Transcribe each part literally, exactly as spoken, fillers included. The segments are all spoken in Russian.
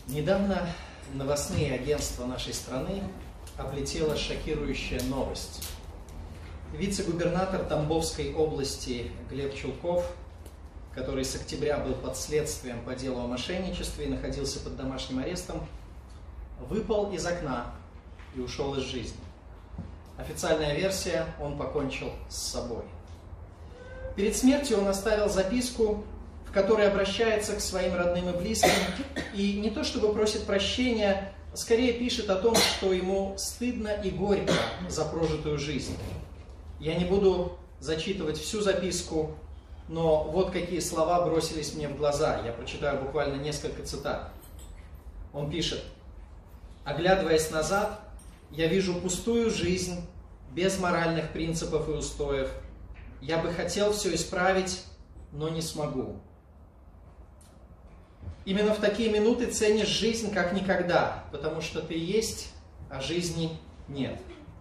Недавно новостные агентства нашей страны облетела шокирующая новость. Вице-губернатор Тамбовской области Глеб Чулков, который с октября был под следствием по делу о мошенничестве и находился под домашним арестом, выпал из окна и ушел из жизни. Официальная версия – он покончил с собой. Перед смертью он оставил записку, в которой обращается к своим родным и близким, и не то чтобы просит прощения, а скорее пишет о том, что ему стыдно и горько за прожитую жизнь. Я не буду зачитывать всю записку, но вот какие слова бросились мне в глаза. Я прочитаю буквально несколько цитат. Он пишет: «Оглядываясь назад, я вижу пустую жизнь, без моральных принципов и устоев. Я бы хотел все исправить, но не смогу». Именно в такие минуты ценишь жизнь как никогда, потому что ты есть, а жизни нет.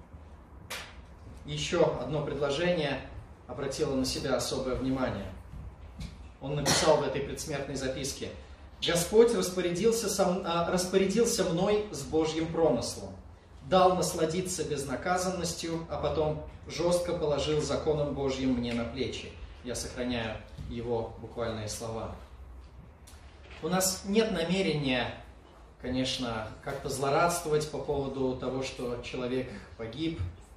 Еще одно предложение обратило на себя особое внимание. Он написал в этой предсмертной записке: «Господь распорядился, со, распорядился мной с Божьим промыслом, дал насладиться безнаказанностью, а потом жестко положил законом Божьим мне на плечи». Я сохраняю его буквальные слова. У нас нет намерения, конечно, как-то злорадствовать по поводу того, что человек погиб,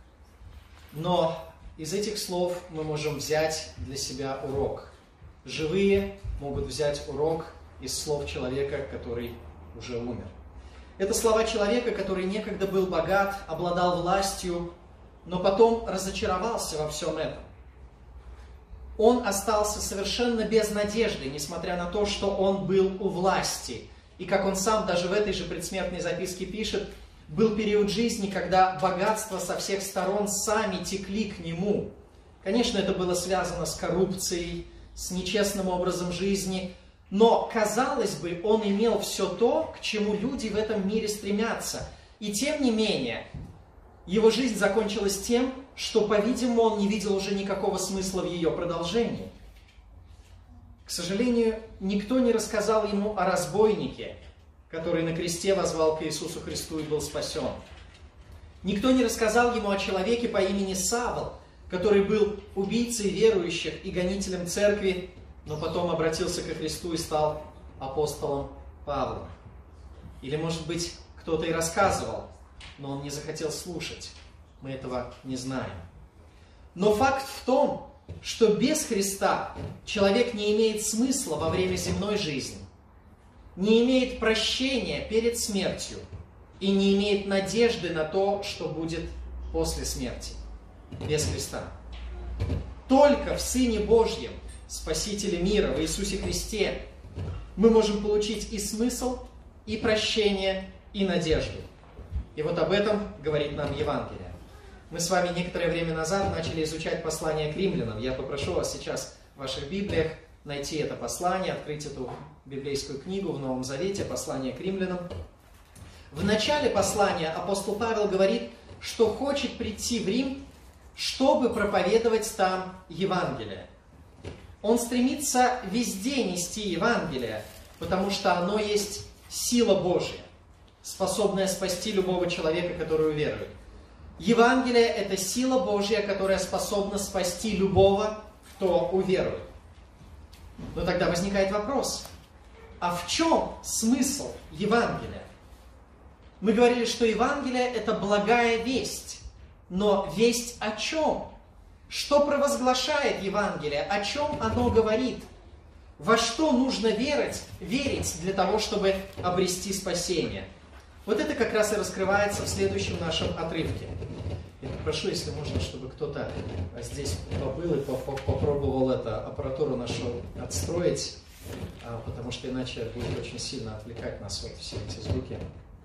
но из этих слов мы можем взять для себя урок. Живые могут взять урок из слов человека, который уже умер. Это слова человека, который некогда был богат, обладал властью, но потом разочаровался во всем этом. Он остался совершенно без надежды, несмотря на то, что он был у власти. И как он сам даже в этой же предсмертной записке пишет, был период жизни, когда богатства со всех сторон сами текли к нему. Конечно, это было связано с коррупцией, с нечестным образом жизни, но, казалось бы, он имел все то, к чему люди в этом мире стремятся. И тем не менее, его жизнь закончилась тем, что, по-видимому, он не видел уже никакого смысла в ее продолжении. К сожалению, никто не рассказал ему о разбойнике, который на кресте воззвал к Иисусу Христу и был спасен. Никто не рассказал ему о человеке по имени Савл, который был убийцей верующих и гонителем церкви, но потом обратился ко Христу и стал апостолом Павлом. Или, может быть, кто-то и рассказывал, но он не захотел слушать. Мы этого не знаем. Но факт в том, что без Христа человек не имеет смысла во время земной жизни, не имеет прощения перед смертью и не имеет надежды на то, что будет после смерти. Без Христа. Только в Сыне Божьем, Спасителе мира, в Иисусе Христе, мы можем получить и смысл, и прощение, и надежду. И вот об этом говорит нам Евангелие. Мы с вами некоторое время назад начали изучать послание к римлянам. Я попрошу вас сейчас в ваших Библиях найти это послание, открыть эту библейскую книгу в Новом Завете, послание к римлянам. В начале послания апостол Павел говорит, что хочет прийти в Рим, чтобы проповедовать там Евангелие. Он стремится везде нести Евангелие, потому что оно есть сила Божья, способная спасти любого человека, который уверует. Евангелие – это сила Божья, которая способна спасти любого, кто уверует. Но тогда возникает вопрос, а в чем смысл Евангелия? Мы говорили, что Евангелие – это благая весть, но весть о чем? Что провозглашает Евангелие? О чем оно говорит? Во что нужно верить, верить для того, чтобы обрести спасение? Вот это как раз и раскрывается в следующем нашем отрывке. Я попрошу, если можно, чтобы кто-то здесь побыл и попробовал это, аппаратуру нашу отстроить, потому что иначе будет очень сильно отвлекать нас вот все эти звуки.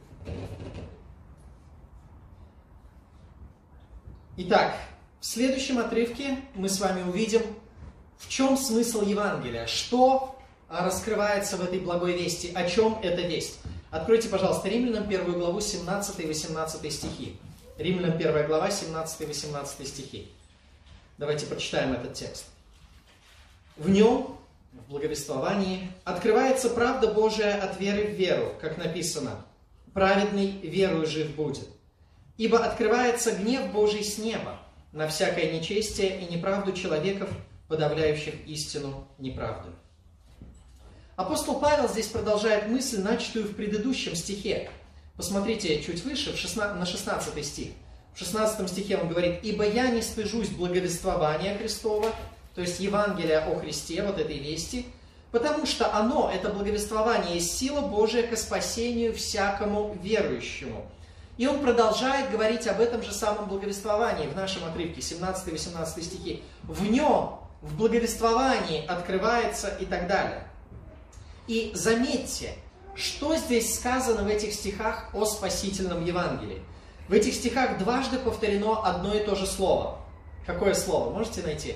Итак, в следующем отрывке мы с вами увидим, в чем смысл Евангелия, что раскрывается в этой благой вести, о чем эта весть. Откройте, пожалуйста, Римлянам первую главу, семнадцатый и восемнадцатый стихи. Римлянам первая глава, семнадцатый и восемнадцатый стихи. Давайте прочитаем этот текст. «В нем в благовествовании открывается правда Божия от веры в веру, как написано: «Праведный верою жив будет». Ибо открывается гнев Божий с неба на всякое нечестие и неправду человеков, подавляющих истину неправдой. Апостол Павел здесь продолжает мысль, начатую в предыдущем стихе. Посмотрите чуть выше, в шестнадцатый, на шестнадцатый стих. В шестнадцатом стихе он говорит: «Ибо я не стыжусь благовествования Христова», то есть Евангелия о Христе, вот этой вести, потому что оно, это благовествование, есть сила Божия ко спасению всякому верующему. И он продолжает говорить об этом же самом благовествовании в нашем отрывке, семнадцатый-восемнадцатый стихи. В нем, в благовествовании открывается и так далее. И заметьте, что здесь сказано в этих стихах о спасительном Евангелии. В этих стихах дважды повторено одно и то же слово. Какое слово? Можете найти?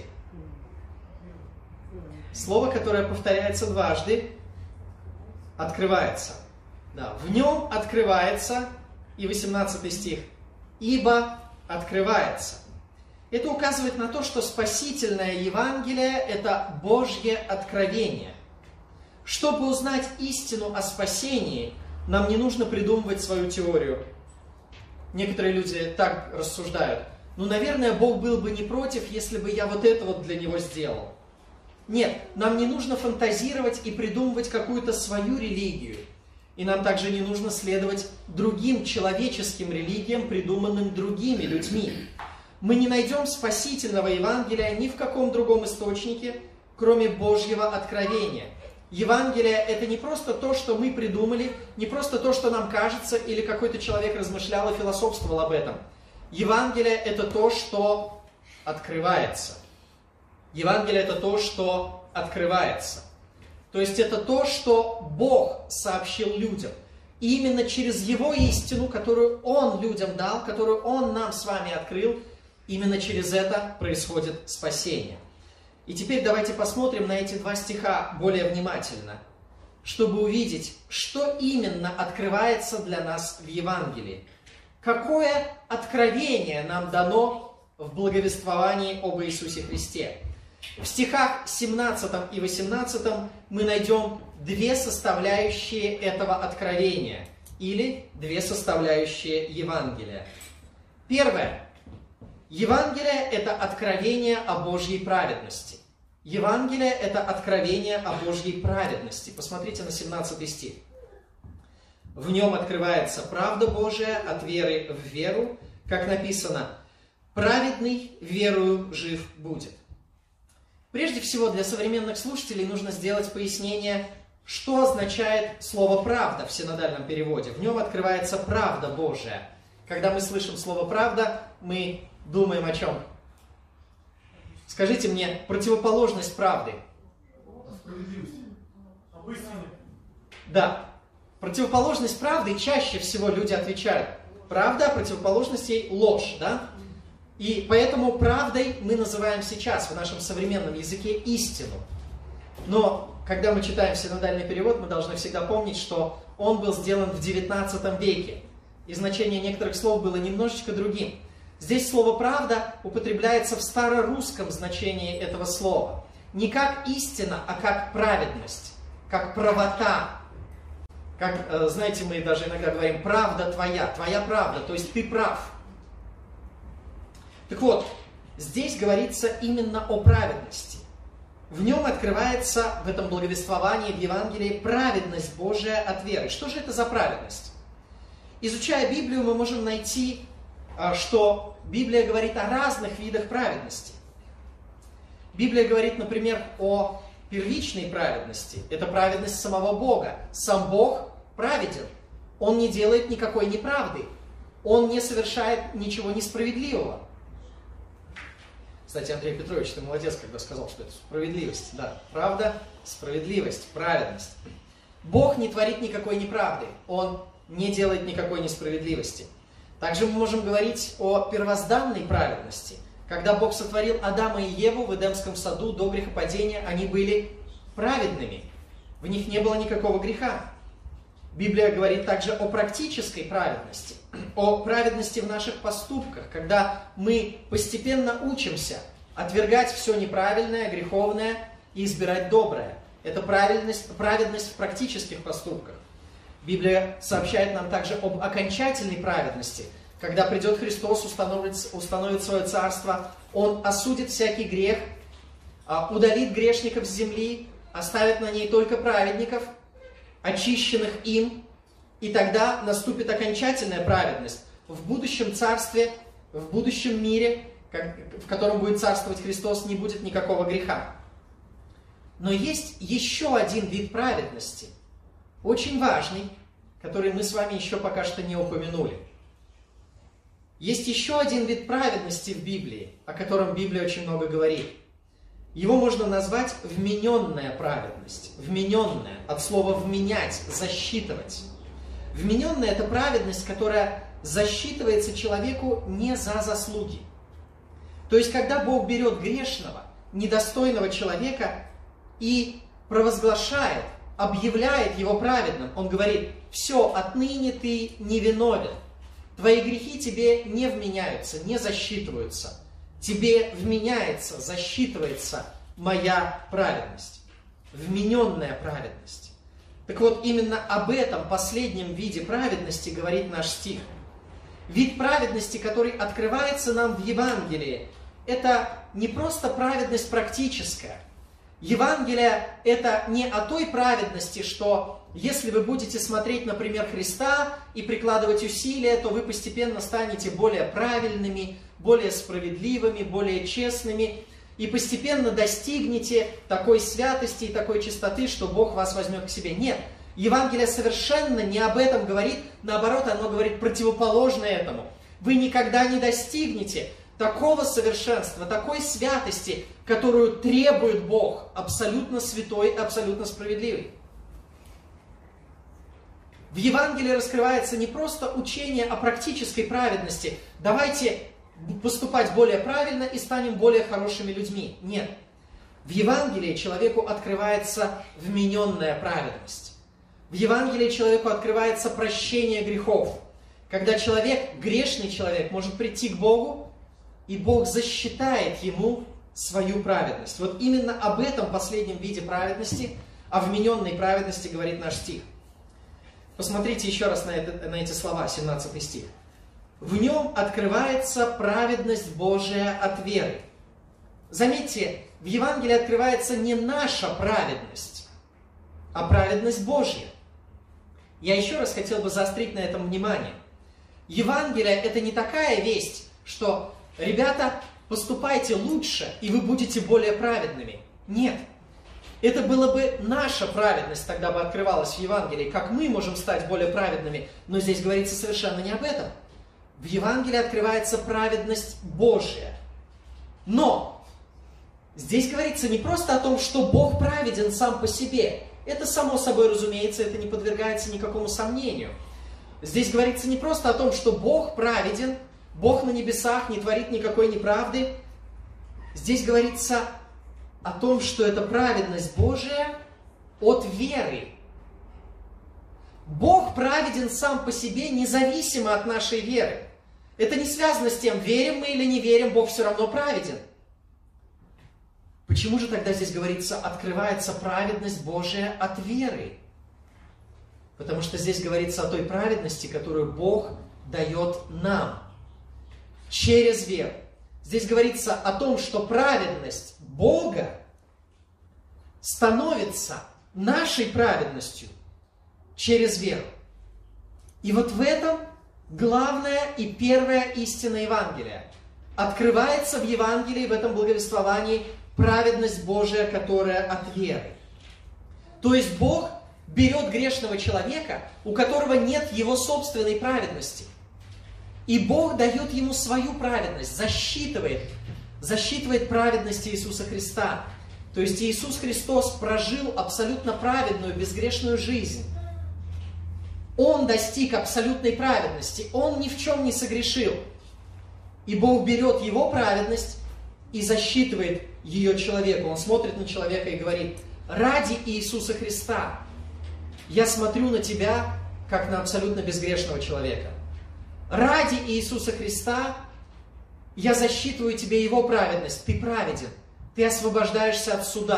Слово, которое повторяется дважды, открывается. Да, в нем открывается, и восемнадцатый стих, ибо открывается. Это указывает на то, что спасительное Евангелие – это Божье откровение. Чтобы узнать истину о спасении, нам не нужно придумывать свою теорию. Некоторые люди так рассуждают: ну, наверное, Бог был бы не против, если бы я вот это вот для него сделал. Нет, нам не нужно фантазировать и придумывать какую-то свою религию. И нам также не нужно следовать другим человеческим религиям, придуманным другими людьми. Мы не найдем спасительного Евангелия ни в каком другом источнике, кроме Божьего откровения. Евангелие – это не просто то, что мы придумали, не просто то, что нам кажется, или какой-то человек размышлял и философствовал об этом. Евангелие – это то, что открывается. Евангелие – это то, что открывается. То есть это то, что Бог сообщил людям. И именно через Его истину, которую Он людям дал, которую Он нам с вами открыл, именно через это происходит спасение. И теперь давайте посмотрим на эти два стиха более внимательно, чтобы увидеть, что именно открывается для нас в Евангелии. Какое откровение нам дано в благовествовании об Иисусе Христе. В стихах семнадцатом и восемнадцатом мы найдем две составляющие этого откровения, или две составляющие Евангелия. Первое. Евангелие – это откровение о Божьей праведности. Евангелие – это откровение о Божьей праведности. Посмотрите на семнадцатый стих. В нем открывается правда Божия от веры в веру, как написано: «Праведный верою жив будет». Прежде всего, для современных слушателей нужно сделать пояснение, что означает слово «правда» в синодальном переводе. В нем открывается правда Божия. Когда мы слышим слово «правда», мы думаем о чем? Скажите мне противоположность правды. Справедливости. Об истине. Да. Противоположность правды чаще всего люди отвечают: правда, а противоположность ей ложь, да? И поэтому правдой мы называем сейчас в нашем современном языке истину. Но когда мы читаем синодальный перевод, мы должны всегда помнить, что он был сделан в девятнадцатом веке. И значение некоторых слов было немножечко другим. Здесь слово «правда» употребляется в старорусском значении этого слова. Не как истина, а как праведность, как правота. Как, знаете, мы даже иногда говорим «правда твоя», «твоя правда», то есть ты прав. Так вот, здесь говорится именно о праведности. В нем открывается, в этом благовествовании, в Евангелии, праведность Божия от веры. Что же это за праведность? Изучая Библию, мы можем найти, что Библия говорит о разных видах праведности. Библия говорит, например, о первичной праведности. Это праведность самого Бога. Сам Бог праведен. Он не делает никакой неправды. Он не совершает ничего несправедливого. Кстати, Андрей Петрович, ты молодец, когда сказал, что это справедливость. Да, правда, справедливость, праведность. Бог не творит никакой неправды. Он не делает никакой несправедливости. Также мы можем говорить о первозданной праведности. Когда Бог сотворил Адама и Еву в Эдемском саду до грехопадения, они были праведными. В них не было никакого греха. Библия говорит также о практической праведности, о праведности в наших поступках, когда мы постепенно учимся отвергать все неправильное, греховное и избирать доброе. это праведность, праведность в практических поступках. Библия сообщает нам также об окончательной праведности. Когда придет Христос, установит, установит свое царство, Он осудит всякий грех, удалит грешников с земли, оставит на ней только праведников, очищенных им, и тогда наступит окончательная праведность. В будущем царстве, в будущем мире, в котором будет царствовать Христос, не будет никакого греха. Но есть еще один вид праведности, очень важный, который мы с вами еще пока что не упомянули. Есть еще один вид праведности в Библии, о котором Библия очень много говорит. Его можно назвать вмененная праведность. Вмененная, от слова «вменять», «засчитывать». Вмененная – это праведность, которая засчитывается человеку не за заслуги. То есть, когда Бог берет грешного, недостойного человека и провозглашает, объявляет его праведным, Он говорит: «Все, отныне ты невиновен. Твои грехи тебе не вменяются, не засчитываются. Тебе вменяется, засчитывается моя праведность». Вмененная праведность. Так вот, именно об этом последнем виде праведности говорит наш стих. Вид праведности, который открывается нам в Евангелии, это не просто праведность практическая. Евангелие – это не о той праведности, что если вы будете смотреть, например, Христа и прикладывать усилия, то вы постепенно станете более правильными, более справедливыми, более честными, и постепенно достигнете такой святости и такой чистоты, что Бог вас возьмет к себе. Нет, Евангелие совершенно не об этом говорит, наоборот, оно говорит противоположное этому. Вы никогда не достигнете такого совершенства, такой святости, которую требует Бог, абсолютно святой, абсолютно справедливый. В Евангелии раскрывается не просто учение о практической праведности. Давайте поступать более правильно и станем более хорошими людьми. Нет. В Евангелии человеку открывается вмененная праведность. В Евангелии человеку открывается прощение грехов. Когда человек, грешный человек, может прийти к Богу, и Бог засчитает ему свою праведность. Вот именно об этом последнем виде праведности, о вмененной праведности говорит наш стих. Посмотрите еще раз на, это, на эти слова, семнадцатый стих. В нем открывается праведность Божия от веры. Заметьте, в Евангелии открывается не наша праведность, а праведность Божья. Я еще раз хотел бы заострить на этом внимание. Евангелие – это не такая весть, что, ребята, поступайте лучше, и вы будете более праведными. Нет. Это была бы наша праведность, тогда бы открывалась в Евангелии, как мы можем стать более праведными. Но здесь говорится совершенно не об этом. В Евангелии открывается праведность Божья. Но здесь говорится не просто о том, что Бог праведен сам по себе. Это само собой разумеется, это не подвергается никакому сомнению. Здесь говорится не просто о том, что Бог праведен, Бог на небесах не творит никакой неправды. Здесь говорится о том, что это праведность Божия от веры. Бог праведен сам по себе, независимо от нашей веры. Это не связано с тем, верим мы или не верим, Бог все равно праведен. Почему же тогда здесь говорится, открывается праведность Божия от веры? Потому что здесь говорится о той праведности, которую Бог дает нам через веру. Здесь говорится о том, что праведность Бога становится нашей праведностью через веру. И вот в этом главная и первая истина Евангелия. Открывается в Евангелии, в этом благовествовании, праведность Божия, которая от веры. То есть Бог берет грешного человека, у которого нет его собственной праведности. И Бог дает ему свою праведность, засчитывает, засчитывает праведность Иисуса Христа. То есть Иисус Христос прожил абсолютно праведную, безгрешную жизнь. Он достиг абсолютной праведности, Он ни в чем не согрешил. И Бог берет его праведность и засчитывает ее человеку. Он смотрит на человека и говорит: ради Иисуса Христа я смотрю на тебя, как на абсолютно безгрешного человека. Ради Иисуса Христа я засчитываю тебе Его праведность. Ты праведен. Ты освобождаешься от суда.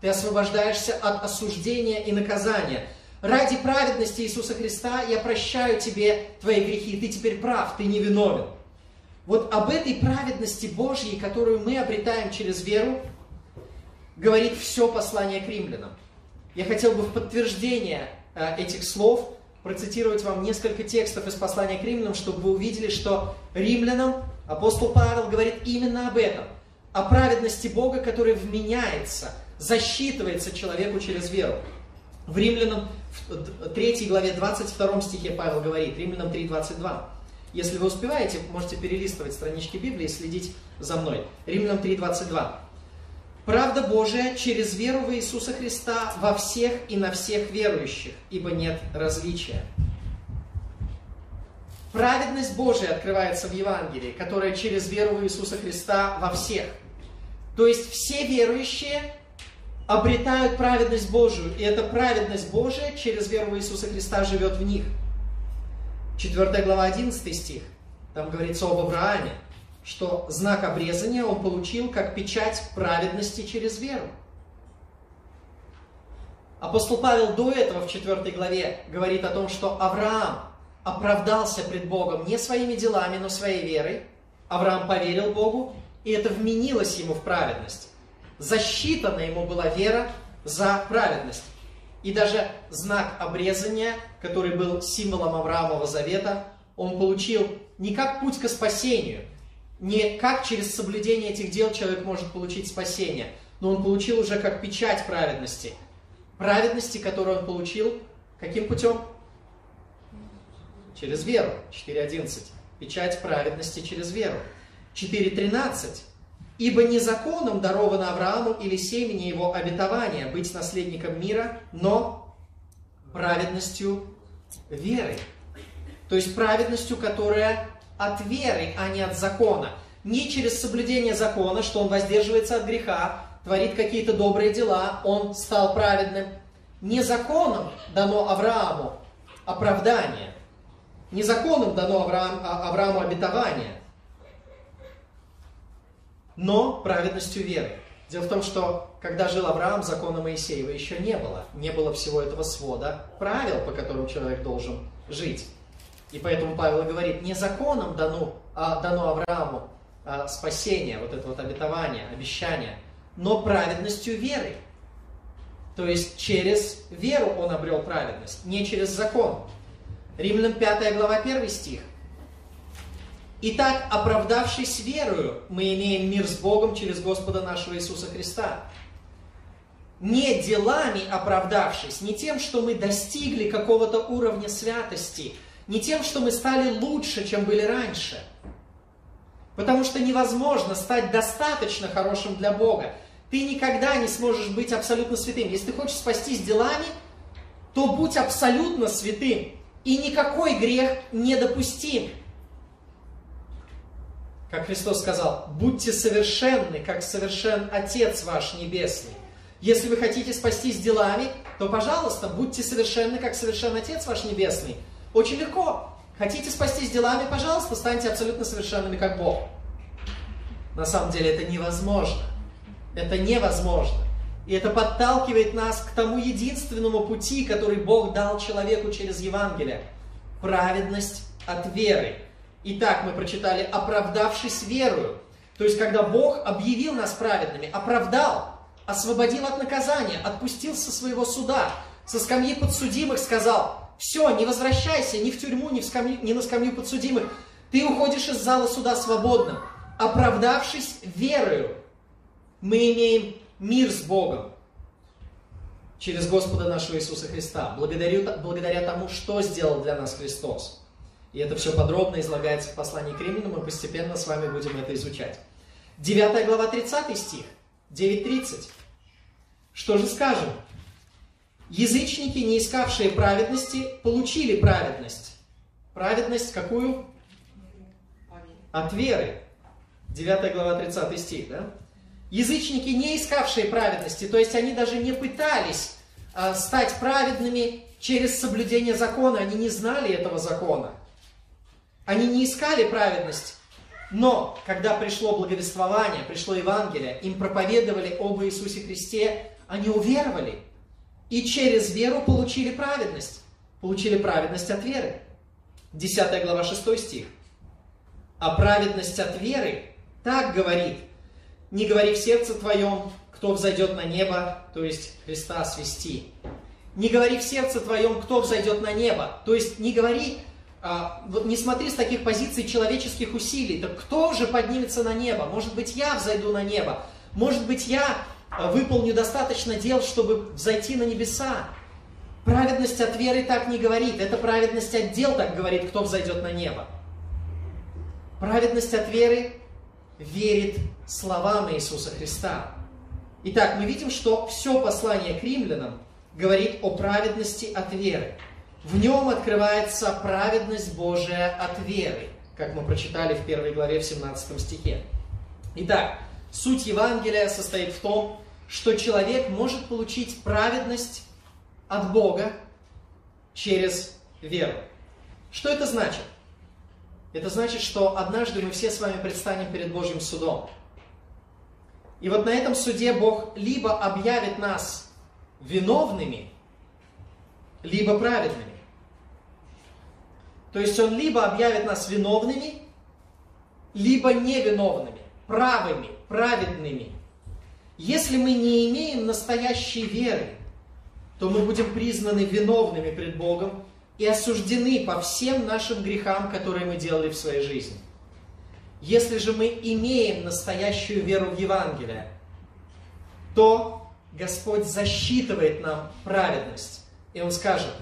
Ты освобождаешься от осуждения и наказания. Ради праведности Иисуса Христа я прощаю тебе твои грехи. Ты теперь прав, ты невиновен. Вот об этой праведности Божьей, которую мы обретаем через веру, говорит все послание к римлянам. Я хотел бы в подтверждение этих слов процитировать вам несколько текстов из послания к римлянам, чтобы вы увидели, что римлянам апостол Павел говорит именно об этом. О праведности Бога, которая вменяется, засчитывается человеку через веру. В Римлянам в третьей главе двадцать втором стихе Павел говорит, Римлянам три двадцать два. Если вы успеваете, можете перелистывать странички Библии и следить за мной. Римлянам три двадцать два. «Правда Божия через веру в Иисуса Христа во всех и на всех верующих, ибо нет различия». Праведность Божия открывается в Евангелии, которая через веру в Иисуса Христа во всех. То есть все верующие обретают праведность Божию, и эта праведность Божия через веру в Иисуса Христа живет в них. четвёртая глава, одиннадцатый стих. Там говорится об Аврааме, что знак обрезания он получил как печать праведности через веру. Апостол Павел до этого в четвёртой главе говорит о том, что Авраам оправдался пред Богом не своими делами, но своей верой. Авраам поверил Богу, и это вменилось ему в праведность. Засчитана ему была вера за праведность. И даже знак обрезания, который был символом Авраамова завета, он получил не как путь к спасению, не как через соблюдение этих дел человек может получить спасение, но он получил уже как печать праведности. Праведности, которую он получил каким путем? Через веру. четыре одиннадцать. Печать праведности через веру. четыре тринадцать. «Ибо не законом даровано Аврааму или семени его обетования быть наследником мира, но праведностью веры». То есть праведностью, которая от веры, а не от закона. Не через соблюдение закона, что он воздерживается от греха, творит какие-то добрые дела, он стал праведным. Не законом дано Аврааму оправдание. Не законом дано Авраам, Аврааму обетование, но праведностью веры. Дело в том, что когда жил Авраам, закона Моисеева еще не было. Не было всего этого свода правил, по которым человек должен жить. И поэтому Павел говорит, не законом дано, а, дано Аврааму а, спасение, вот это вот обетование, обещание, но праведностью веры. То есть через веру он обрел праведность, не через закон. Римлянам пятая глава, первый стих. «Итак, оправдавшись верою, мы имеем мир с Богом через Господа нашего Иисуса Христа». Не делами оправдавшись, не тем, что мы достигли какого-то уровня святости, не тем, что мы стали лучше, чем были раньше. Потому что невозможно стать достаточно хорошим для Бога. Ты никогда не сможешь быть абсолютно святым. Если ты хочешь спастись делами, то будь абсолютно святым. И никакой грех недопустим. Как Христос сказал, будьте совершенны, как совершен Отец ваш Небесный. Если вы хотите спастись делами, то, пожалуйста, будьте совершенны, как совершен Отец ваш Небесный. Очень легко. Хотите спастись делами, пожалуйста, станьте абсолютно совершенными, как Бог. На самом деле это невозможно. Это невозможно. И это подталкивает нас к тому единственному пути, который Бог дал человеку через Евангелие. Праведность от веры. Итак, мы прочитали, оправдавшись верою. То есть, когда Бог объявил нас праведными, оправдал, освободил от наказания, отпустил со своего суда, со скамьи подсудимых сказал, все, не возвращайся ни в тюрьму, ни, в скамью, ни на скамью подсудимых. Ты уходишь из зала суда свободным. Оправдавшись верою, мы имеем мир с Богом через Господа нашего Иисуса Христа, благодаря, благодаря тому, что сделал для нас Христос. И это все подробно излагается в послании к Римлянам, мы постепенно с вами будем это изучать. девятая глава, тридцатый стих, девять тридцать. Что же скажем? Язычники, не искавшие праведности, получили праведность. Праведность какую? От веры. девятая глава, тридцатый стих, да? Язычники, не искавшие праведности, то есть они даже не пытались а, стать праведными через соблюдение закона, они не знали этого закона. Они не искали праведность Но, когда пришло благовествование, пришло Евангелие, им проповедовали об Иисусе Христе, они уверовали и через веру получили праведность. Получили праведность от веры. десятая глава, шестой стих. А праведность от веры так говорит: не говори в сердце твоем, кто взойдет на небо, то есть Христа свести. Не говори в сердце твоем, кто взойдет на небо, то есть не говори, а, вот не смотри с таких позиций человеческих усилий. Так кто же поднимется на небо? Может быть, я взойду на небо? Может быть, я выполню достаточно дел, чтобы взойти на небеса? Праведность от веры так не говорит. Это праведность от дел так говорит, кто взойдет на небо. Праведность от веры верит словам Иисуса Христа. Итак, мы видим, что все послание к римлянам говорит о праведности от веры. В нем открывается праведность Божия от веры, как мы прочитали в первой главе в семнадцатом стихе. Итак, суть Евангелия состоит в том, что человек может получить праведность от Бога через веру. Что это значит? Это значит, что однажды мы все с вами предстанем перед Божьим судом. И вот на этом суде Бог либо объявит нас виновными, либо праведными. То есть Он либо объявит нас виновными, либо невиновными, правыми, праведными. Если мы не имеем настоящей веры, то мы будем признаны виновными пред Богом и осуждены по всем нашим грехам, которые мы делали в своей жизни. Если же мы имеем настоящую веру в Евангелие, то Господь засчитывает нам праведность. И Он скажет: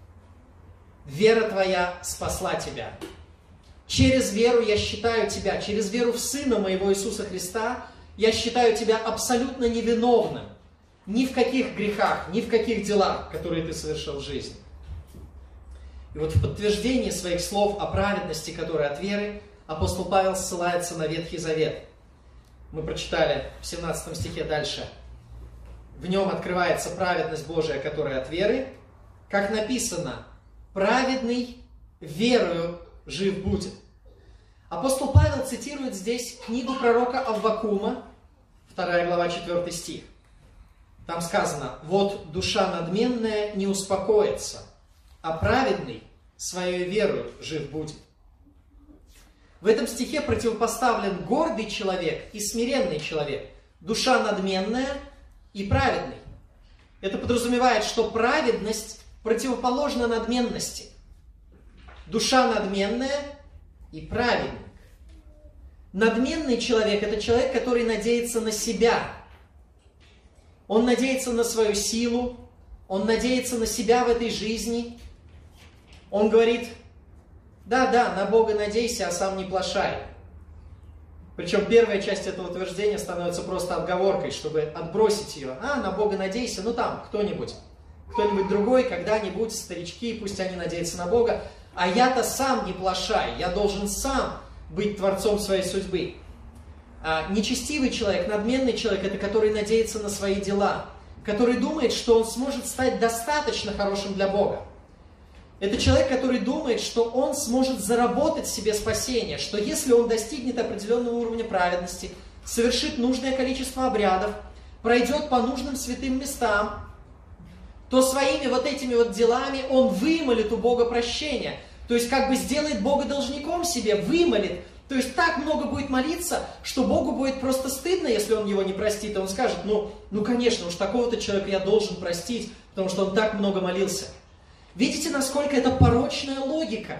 вера твоя спасла тебя. Через веру я считаю тебя, через веру в Сына моего Иисуса Христа, я считаю тебя абсолютно невиновным. Ни в каких грехах, ни в каких делах, которые ты совершил в жизни. И вот в подтверждении своих слов о праведности, которая от веры, апостол Павел ссылается на Ветхий Завет. Мы прочитали в семнадцатом стихе дальше. В нем открывается праведность Божия, которая от веры. Как написано: праведный верою жив будет. Апостол Павел цитирует здесь книгу пророка Аввакума, вторая глава, четвёртый стих. Там сказано: вот душа надменная не успокоится, а праведный своей верою жив будет. В этом стихе противопоставлен гордый человек и смиренный человек. Душа надменная и праведный. Это подразумевает, что праведность противоположна надменности. Душа надменная и праведник. Надменный человек – это человек, который надеется на себя. Он надеется на свою силу, он надеется на себя в этой жизни. Он говорит: да, да, на Бога надейся, а сам не плашай. Причем первая часть этого утверждения становится просто отговоркой, чтобы отбросить ее. А, на Бога надейся, ну там, кто-нибудь. Кто-нибудь другой, когда-нибудь, старички, пусть они надеются на Бога. А я-то сам не плашай, я должен сам быть творцом своей судьбы. А нечестивый человек, надменный человек, это который надеется на свои дела, который думает, что он сможет стать достаточно хорошим для Бога. Это человек, который думает, что он сможет заработать себе спасение, что если он достигнет определенного уровня праведности, совершит нужное количество обрядов, пройдет по нужным святым местам, то своими вот этими вот делами он вымолит у Бога прощение. То есть как бы сделает Бога должником себе, вымолит. То есть так много будет молиться, что Богу будет просто стыдно, если он его не простит. И он скажет: ну, ну конечно, уж такого-то человека я должен простить, потому что он так много молился. Видите, насколько это порочная логика?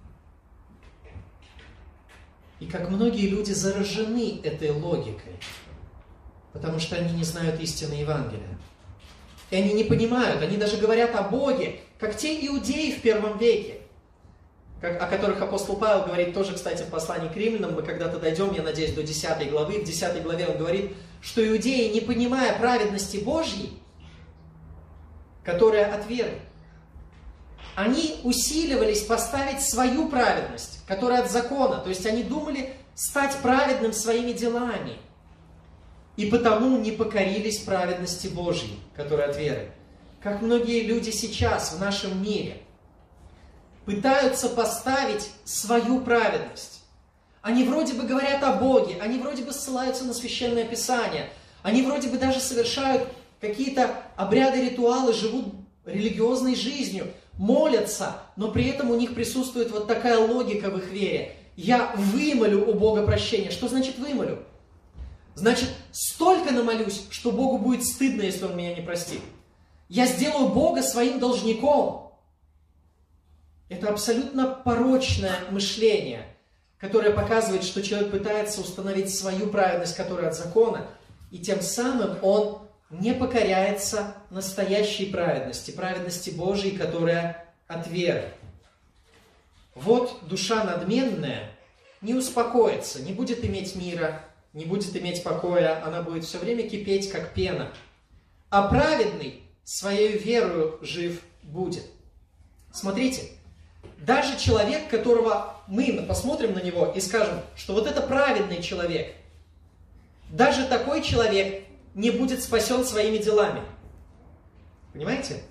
И как многие люди заражены этой логикой, потому что они не знают истины Евангелия. И они не понимают, они даже говорят о Боге, как те иудеи в первом веке, как, о которых апостол Павел говорит тоже, кстати, в послании к римлянам. Мы когда-то дойдем, я надеюсь, до десятой главы. В десятой главе он говорит, что иудеи, не понимая праведности Божьей, которая от веры, они усиливались поставить свою праведность, которая от закона. То есть они думали стать праведным своими делами. И потому не покорились праведности Божьей, которая от веры. Как многие люди сейчас в нашем мире пытаются поставить свою праведность. Они вроде бы говорят о Боге, они вроде бы ссылаются на Священное Писание, они вроде бы даже совершают какие-то обряды, ритуалы, живут религиозной жизнью, молятся, но при этом у них присутствует вот такая логика в их вере. Я вымолю у Бога прощения. Что значит вымолю? Значит, столько намолюсь, что Богу будет стыдно, если Он меня не простит. Я сделаю Бога своим должником. Это абсолютно порочное мышление, которое показывает, что человек пытается установить свою праведность, которая от закона, и тем самым он не покоряется настоящей праведности, праведности Божией, которая от веры. Вот душа надменная не успокоится, не будет иметь мира, не будет иметь покоя, она будет все время кипеть, как пена. А праведный своей верою жив будет. Смотрите, даже человек, которого мы посмотрим на него и скажем, что вот это праведный человек, даже такой человек не будет спасен своими делами. Понимаете?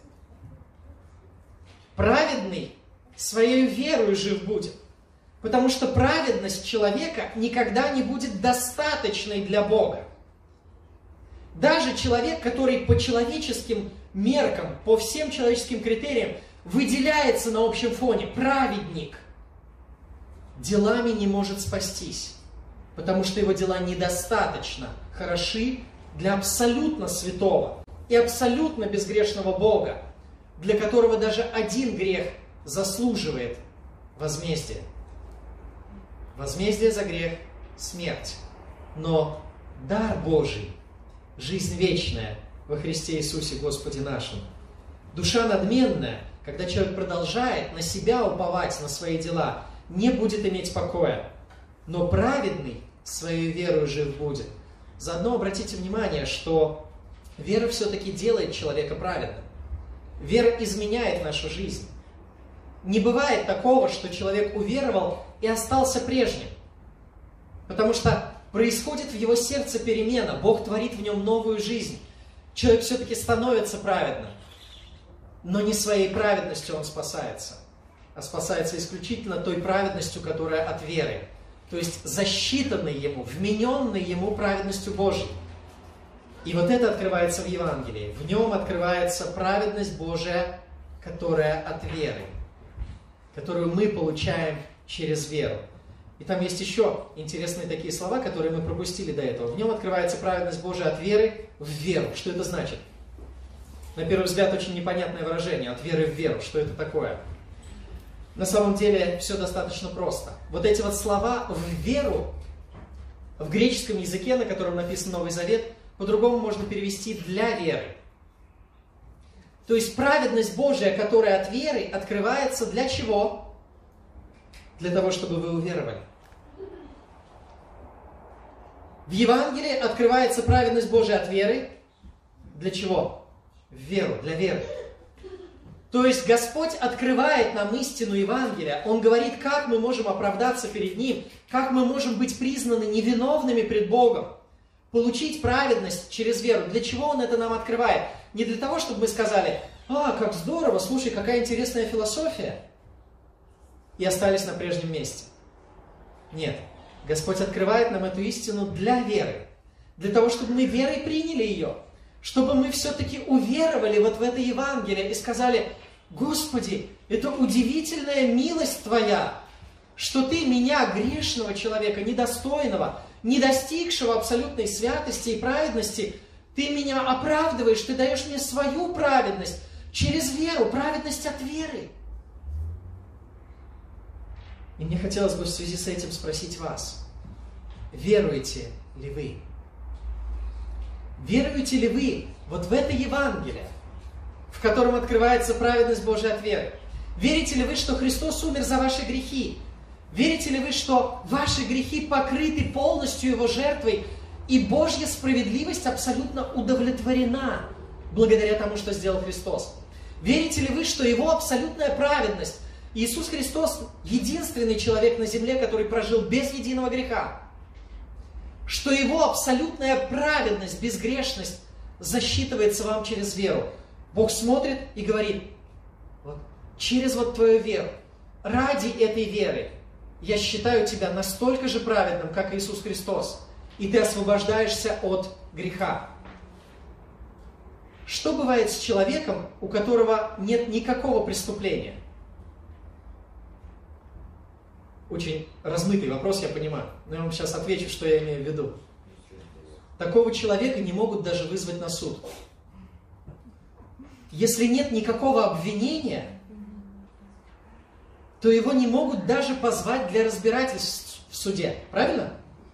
Праведный своей верою жив будет. Потому что праведность человека никогда не будет достаточной для Бога. Даже человек, который по человеческим меркам, по всем человеческим критериям выделяется на общем фоне, праведник, делами не может спастись. Потому что его дела недостаточно хороши для абсолютно святого и абсолютно безгрешного Бога, для которого даже один грех заслуживает возмездия. Возмездие за грех – смерть. Но дар Божий – жизнь вечная во Христе Иисусе Господе нашим. Душа надменная, когда человек продолжает на себя уповать, на свои дела, не будет иметь покоя. Но праведный своей верою жив будет. Заодно обратите внимание, что вера все-таки делает человека праведным. Вера изменяет нашу жизнь. Не бывает такого, что человек уверовал и остался прежним. Потому что происходит в его сердце перемена. Бог творит в нем новую жизнь. Человек все-таки становится праведным. Но не своей праведностью он спасается, а спасается исключительно той праведностью, которая от веры. То есть засчитанной ему, вмененной ему праведностью Божией. И вот это открывается в Евангелии. В нем открывается праведность Божия, которая от веры, которую мы получаем через веру. И там есть еще интересные такие слова, которые мы пропустили до этого. В нем открывается праведность Божия от веры в веру. Что это значит? На первый взгляд очень непонятное выражение. От веры в веру. Что это такое? На самом деле все достаточно просто. Вот эти вот слова в веру в греческом языке, на котором написан Новый Завет, по-другому можно перевести для веры. То есть праведность Божия, которая от веры, открывается для чего? Для того, чтобы вы уверовали. В Евангелии открывается праведность Божия от веры. Для чего? В веру, для веры. То есть Господь открывает нам истину Евангелия. Он говорит, как мы можем оправдаться перед Ним, как мы можем быть признаны невиновными пред Богом, получить праведность через веру. Для чего Он это нам открывает? Не для того, чтобы мы сказали, а, как здорово, слушай, какая интересная философия, и остались на прежнем месте. Нет. Господь открывает нам эту истину для веры. Для того, чтобы мы верой приняли ее. Чтобы мы все-таки уверовали вот в это Евангелие и сказали, Господи, это удивительная милость Твоя, что Ты меня, грешного человека, недостойного, не достигшего абсолютной святости и праведности, Ты меня оправдываешь, Ты даешь мне свою праведность через веру, праведность от веры. И мне хотелось бы в связи с этим спросить вас, веруете ли вы? Веруете ли вы вот в это Евангелие, в котором открывается праведность Божия от веры? Верите ли вы, что Христос умер за ваши грехи? Верите ли вы, что ваши грехи покрыты полностью Его жертвой, и Божья справедливость абсолютно удовлетворена благодаря тому, что сделал Христос? Верите ли вы, что Его абсолютная праведность, Иисус Христос единственный человек на земле, который прожил без единого греха, что Его абсолютная праведность, безгрешность засчитывается вам через веру? Бог смотрит и говорит, вот, через вот твою веру, ради этой веры, я считаю тебя настолько же праведным, как Иисус Христос, и ты освобождаешься от греха. Что бывает с человеком, у которого нет никакого преступления? Очень размытый вопрос, я понимаю, но я вам сейчас отвечу, что я имею в виду. Такого человека не могут даже вызвать на суд. Если нет никакого обвинения, то его не могут даже позвать для разбирательств в суде. Правильно?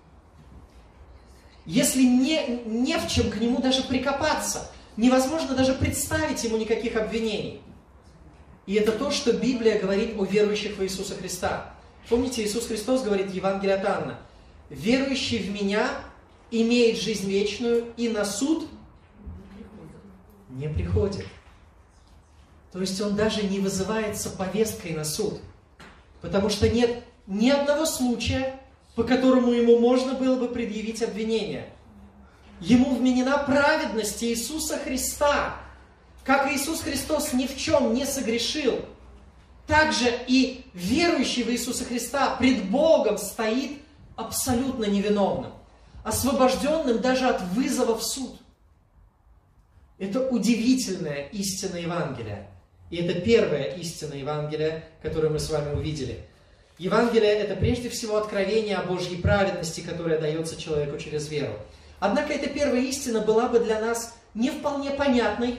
Если не, не в чем к нему даже прикопаться, невозможно даже представить ему никаких обвинений. И это то, что Библия говорит о верующих в Иисуса Христа. Помните, Иисус Христос говорит в Евангелии от Иоанна: «Верующий в Меня имеет жизнь вечную, и на суд не приходит». То есть он даже не вызывается повесткой на суд, потому что нет ни одного случая, по которому ему можно было бы предъявить обвинение. Ему вменена праведность Иисуса Христа. Как Иисус Христос ни в чем не согрешил, так же и верующий в Иисуса Христа пред Богом стоит абсолютно невиновным, освобожденным даже от вызова в суд. Это удивительная истина Евангелия. И это первая истина Евангелия, которую мы с вами увидели. Евангелие – это прежде всего откровение о Божьей праведности, которое дается человеку через веру. Однако эта первая истина была бы для нас не вполне понятной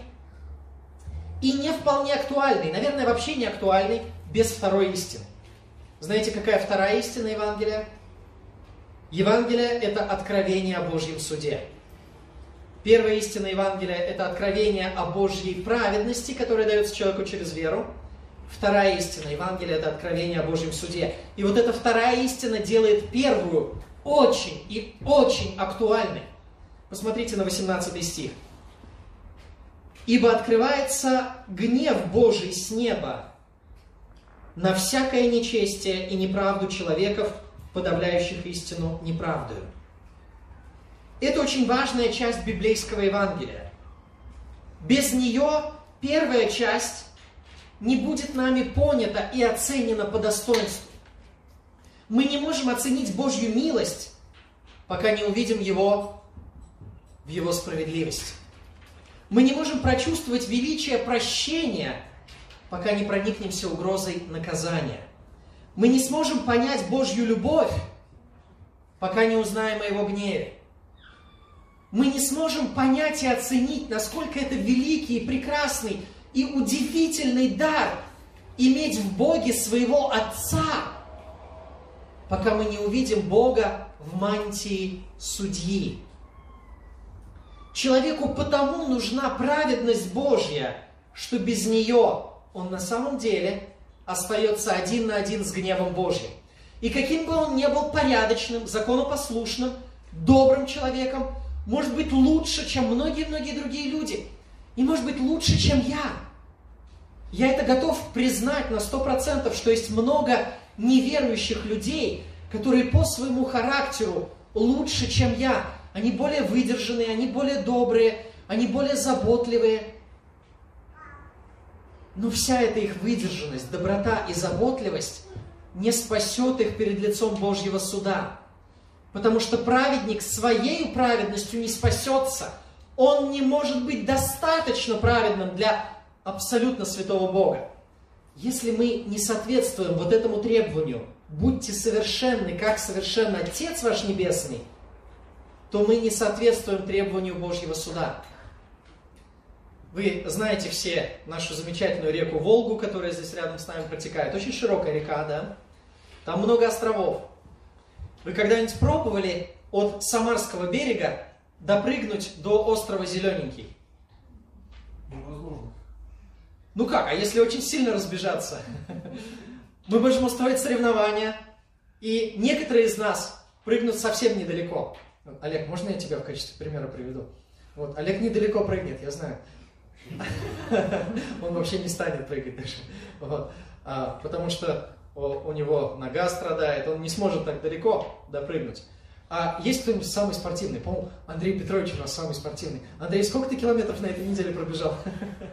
и не вполне актуальной, наверное, вообще не актуальной без второй истины. Знаете, какая вторая истина Евангелия? Евангелие – это откровение о Божьем суде. Первая истина Евангелия – это откровение о Божьей праведности, которое дается человеку через веру. Вторая истина Евангелия – это откровение о Божьем суде. И вот эта вторая истина делает первую очень и очень актуальной. Посмотрите на восемнадцатый стих. «Ибо открывается гнев Божий с неба на всякое нечестие и неправду человеков, подавляющих истину неправдою». Это очень важная часть библейского Евангелия. Без нее первая часть не будет нами понята и оценена по достоинству. Мы не можем оценить Божью милость, пока не увидим Его в Его справедливости. Мы не можем прочувствовать величие прощения, пока не проникнемся угрозой наказания. Мы не сможем понять Божью любовь, пока не узнаем о Его гневе. Мы не сможем понять и оценить, насколько это великий и прекрасный и удивительный дар иметь в Боге своего Отца, пока мы не увидим Бога в мантии судьи. Человеку потому нужна праведность Божья, что без нее он на самом деле остается один на один с гневом Божьим. И каким бы он ни был порядочным, законопослушным, добрым человеком, может быть лучше, чем многие-многие другие люди. И может быть лучше, чем я. Я это готов признать на сто процентов, что есть много неверующих людей, которые по своему характеру лучше, чем я. Они более выдержанные, они более добрые, они более заботливые. Но вся эта их выдержанность, доброта и заботливость не спасет их перед лицом Божьего суда. Потому что праведник своей праведностью не спасется. Он не может быть достаточно праведным для абсолютно святого Бога. Если мы не соответствуем вот этому требованию, будьте совершенны, как совершен Отец ваш Небесный, то мы не соответствуем требованию Божьего суда. Вы знаете все нашу замечательную реку Волгу, которая здесь рядом с нами протекает. Очень широкая река, да? Там много островов. Вы когда-нибудь пробовали от Самарского берега допрыгнуть до острова Зелененький? Невозможно. Ну как, а если очень сильно разбежаться? Мы можем устроить соревнования, и некоторые из нас прыгнут совсем недалеко. Олег, можно я тебя в качестве примера приведу? Вот, Олег недалеко прыгнет, я знаю. Он вообще не станет прыгать даже. Вот. А, потому что у него нога страдает, он не сможет так далеко допрыгнуть. А есть кто-нибудь самый спортивный? По-моему, Андрей Петрович у нас самый спортивный. Андрей, сколько ты километров на этой неделе пробежал?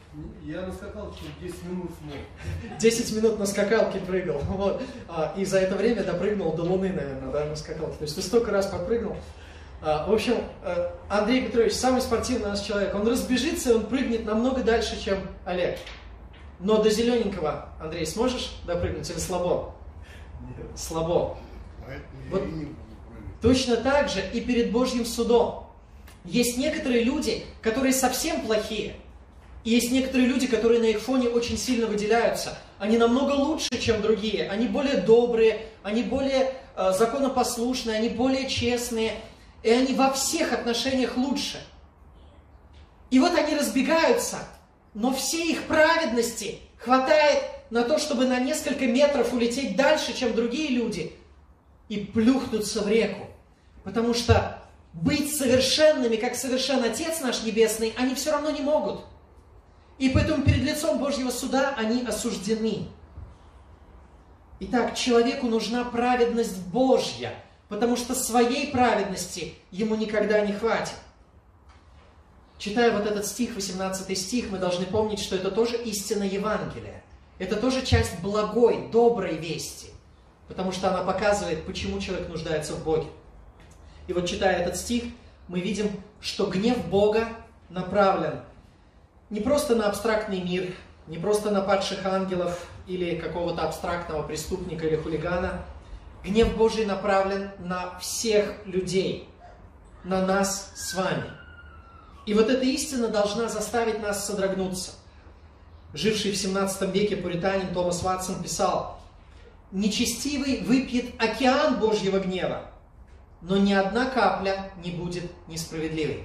Я на скакалке десять минут смог. десять минут на скакалке прыгал. Вот. А, и за это время допрыгнул до Луны, наверное, да, на скакалке. То есть ты столько раз подпрыгнул. А, в общем, Андрей Петрович, самый спортивный у нас человек. Он разбежится, и он прыгнет намного дальше, чем Олег. Но до зелененького, Андрей, сможешь допрыгнуть или слабо? Нет. Слабо. Вот Я и не буду прыгать. точно так же и перед Божьим судом. Есть некоторые люди, которые совсем плохие. И есть некоторые люди, которые на их фоне очень сильно выделяются. Они намного лучше, чем другие. Они более добрые, они более э, законопослушные, они более честные. И они во всех отношениях лучше. И вот они разбегаются, но всей их праведности хватает на то, чтобы на несколько метров улететь дальше, чем другие люди, и плюхнуться в реку. Потому что быть совершенными, как совершен Отец наш Небесный, они все равно не могут. И поэтому перед лицом Божьего суда они осуждены. Итак, человеку нужна праведность Божья, потому что своей праведности ему никогда не хватит. Читая вот этот стих, восемнадцатый стих, мы должны помнить, что это тоже истина Евангелия. Это тоже часть благой, доброй вести, потому что она показывает, почему человек нуждается в Боге. И вот читая этот стих, мы видим, что гнев Бога направлен не просто на абстрактный мир, не просто на падших ангелов или какого-то абстрактного преступника или хулигана. Гнев Божий направлен на всех людей, на нас с вами. И вот эта истина должна заставить нас содрогнуться. Живший в семнадцатом веке пуританин Томас Ватсон писал: «Нечестивый выпьет океан Божьего гнева, но ни одна капля не будет несправедливой».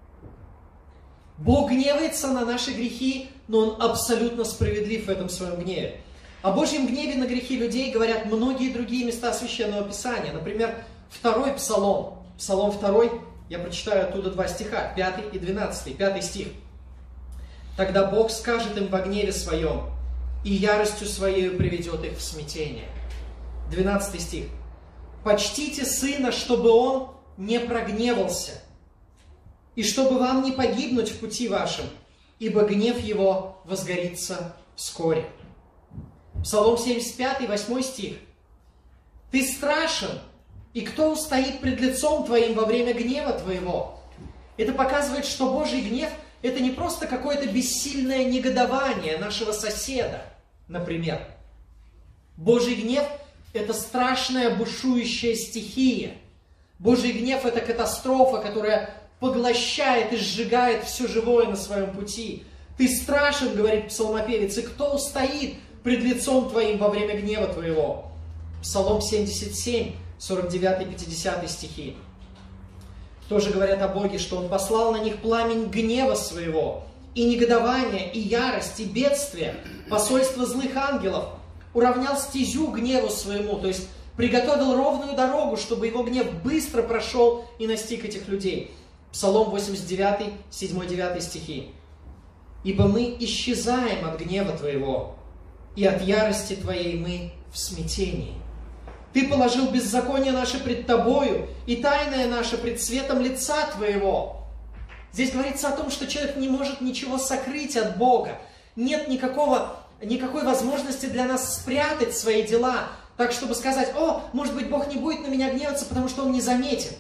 Бог гневается на наши грехи, но Он абсолютно справедлив в этом своем гневе. О Божьем гневе на грехи людей говорят многие другие места Священного Писания. Например, второй Псалом. Псалом второй, я прочитаю оттуда два стиха, пятый и двенадцатый. Пятый стих. «Тогда Бог скажет им во гневе своем, и яростью своею приведет их в смятение». Двенадцатый стих. «Почтите Сына, чтобы Он не прогневался, и чтобы вам не погибнуть в пути вашем, ибо гнев Его возгорится вскоре». Псалом семьдесят пятый, восьмой стих. «Ты страшен, и кто устоит пред лицом Твоим во время гнева Твоего?» Это показывает, что Божий гнев – это не просто какое-то бессильное негодование нашего соседа, например. Божий гнев – это страшная бушующая стихия. Божий гнев – это катастрофа, которая поглощает и сжигает все живое на своем пути. «Ты страшен, — говорит псалмопевец, — и кто устоит пред лицом Твоим во время гнева Твоего?» Псалом семьдесят семь, сорок девятый пятидесятый стихи. Тоже говорят о Боге, что Он послал на них пламень гнева своего, и негодование, и ярость, и бедствие, посольство злых ангелов, уравнял стезю гневу своему, то есть приготовил ровную дорогу, чтобы Его гнев быстро прошел и настиг этих людей. Псалом восемьдесят девятый, седьмой-девятый стихи. «Ибо мы исчезаем от гнева Твоего, и от ярости Твоей мы в смятении. Ты положил беззаконие наше пред Тобою, и тайное наше пред светом лица Твоего». Здесь говорится о том, что человек не может ничего сокрыть от Бога. Нет никакого, никакой возможности для нас спрятать свои дела, так, чтобы сказать: «О, может быть, Бог не будет на меня гневаться, потому что Он не заметен».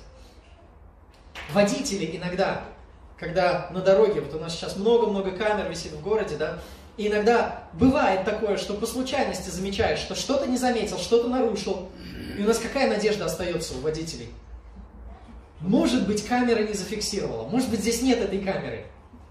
Водители иногда, когда на дороге, вот у нас сейчас много-много камер висит в городе, да, и иногда бывает такое, что по случайности замечаешь, что что-то не заметил, что-то нарушил, и у нас какая надежда остается у водителей? Может быть, камера не зафиксировала, может быть, здесь нет этой камеры.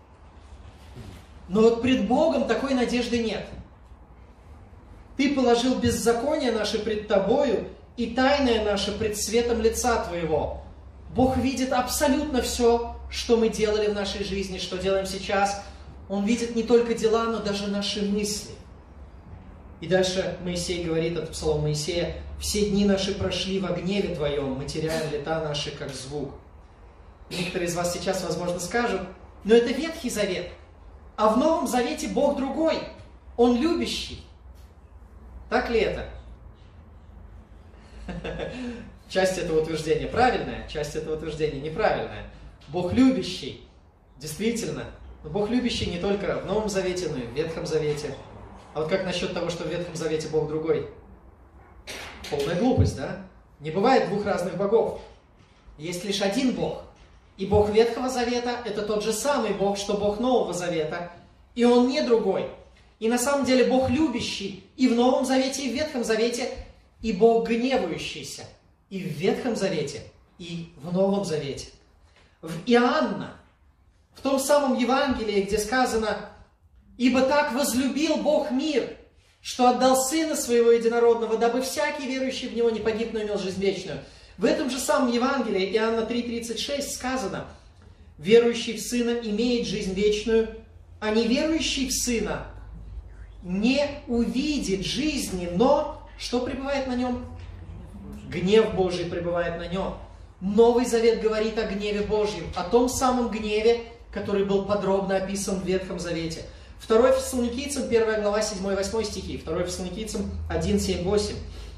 Но вот пред Богом такой надежды нет. «Ты положил беззаконие наше пред Тобою, и тайное наше пред светом лица Твоего». Бог видит абсолютно все, что мы делали в нашей жизни, что делаем сейчас. Он видит не только дела, но даже наши мысли. И дальше Моисей говорит, это псалом Моисея: «Все дни наши прошли во гневе Твоем, мы теряем лета наши, как звук». Некоторые из вас сейчас, возможно, скажут: но это Ветхий Завет, а в Новом Завете Бог другой, Он любящий. Так ли это? Часть этого утверждения правильная, часть этого утверждения неправильная. Бог любящий. Действительно, Но Бог любящий не только в Новом Завете, но и в Ветхом Завете. А вот как насчет того, что в Ветхом Завете Бог другой? Полная глупость, да? Не бывает двух разных богов. Есть лишь один Бог. И Бог Ветхого Завета – это тот же самый Бог, что Бог Нового Завета. И Он не другой. И на самом деле Бог любящий и в Новом Завете, и в Ветхом Завете, и Бог гневающийся и в Ветхом Завете, и в Новом Завете. В Иоанна, в том самом Евангелии, где сказано: «Ибо так возлюбил Бог мир, что отдал Сына Своего Единородного, дабы всякий верующий в Него не погиб, но имел жизнь вечную». В этом же самом Евангелии, Иоанна три тридцать шесть, сказано: «Верующий в Сына имеет жизнь вечную, а неверующий в Сына не увидит жизни, но что пребывает на нем? Гнев Божий пребывает на нем». Новый Завет говорит о гневе Божьем, о том самом гневе, который был подробно описан в Ветхом Завете. второе Фессалоникийцам, первая глава, седьмой-восьмой стихи. второе Фессалоникийцам один, семь, восемь.